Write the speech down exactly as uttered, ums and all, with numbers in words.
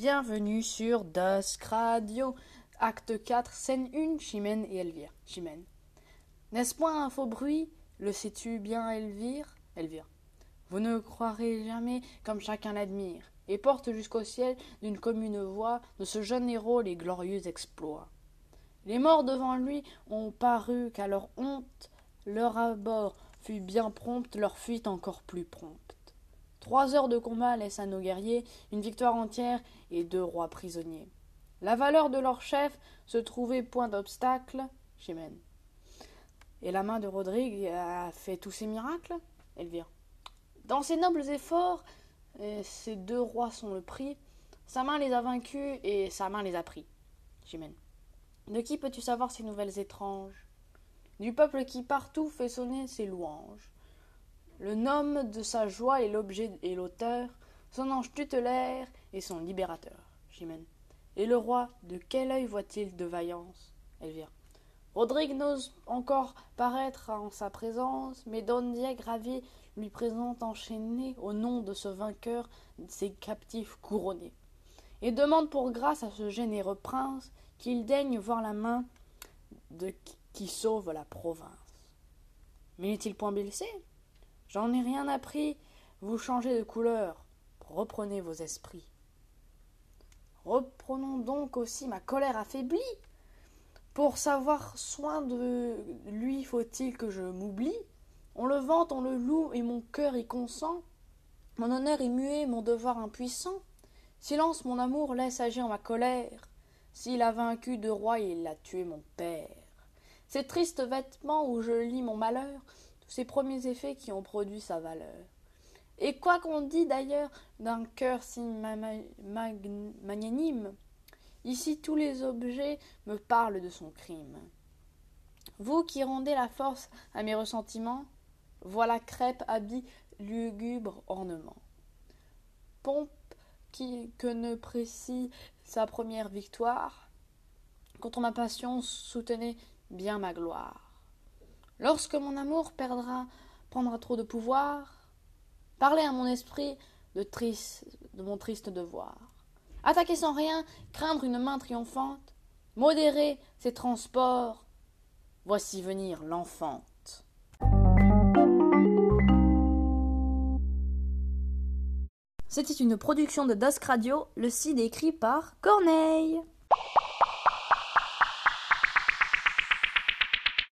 Bienvenue sur Dusk Radio, acte quatre, scène un, Chimène et Elvire. Chimène. N'est-ce point un faux bruit? Le sais-tu bien, Elvire? Elvire. Vous ne croirez jamais comme chacun l'admire, et porte jusqu'au ciel d'une commune voix de ce jeune héros les glorieux exploits. Les morts devant lui ont paru qu'à leur honte, leur abord fut bien prompte, leur fuite encore plus prompte. Trois heures de combat laissent à nos guerriers une victoire entière et deux rois prisonniers. La valeur de leur chef se trouvait point d'obstacle, Chimène. Et la main de Rodrigue a fait tous ces miracles, Elvire. Dans ces nobles efforts, ces deux rois sont le prix. Sa main les a vaincus et sa main les a pris, Chimène. De qui peux-tu savoir ces nouvelles étranges? Du peuple qui partout fait sonner ses louanges. Le nom de sa joie est l'objet et l'auteur, son ange tutélaire et son libérateur, Chimène. Et le roi, de quel œil voit-il de vaillance, Elvire? Rodrigue n'ose encore paraître en sa présence, mais Don Diego ravi lui présente enchaîné au nom de ce vainqueur ses captifs couronnés, et demande pour grâce à ce généreux prince qu'il daigne voir la main de qui sauve la province. Mais n'est-il point blessé? J'en ai rien appris, vous changez de couleur, reprenez vos esprits. Reprenons donc aussi ma colère affaiblie. Pour savoir soin de lui, faut-il que je m'oublie? On le vante, on le loue, et mon cœur y consent. Mon honneur est muet, mon devoir impuissant. Silence, mon amour, laisse agir ma colère. S'il a vaincu deux rois, il a tué mon père. Ces tristes vêtements où je lis mon malheur, tous ces premiers effets qui ont produit sa valeur. Et quoi qu'on dit d'ailleurs d'un cœur si ma- ma- mag- magnanime, ici tous les objets me parlent de son crime. Vous qui rendez la force à mes ressentiments, voilà crêpe, habit, lugubre ornement. Pompe qui, que ne précise sa première victoire, contre ma passion soutenez bien ma gloire. Lorsque mon amour perdra, prendra trop de pouvoir, parlez à mon esprit de, triste, de mon triste devoir. Attaquer sans rien, craindre une main triomphante, modérer ses transports, voici venir l'enfante. C'était une production de Dusk Radio, le site écrit par Corneille.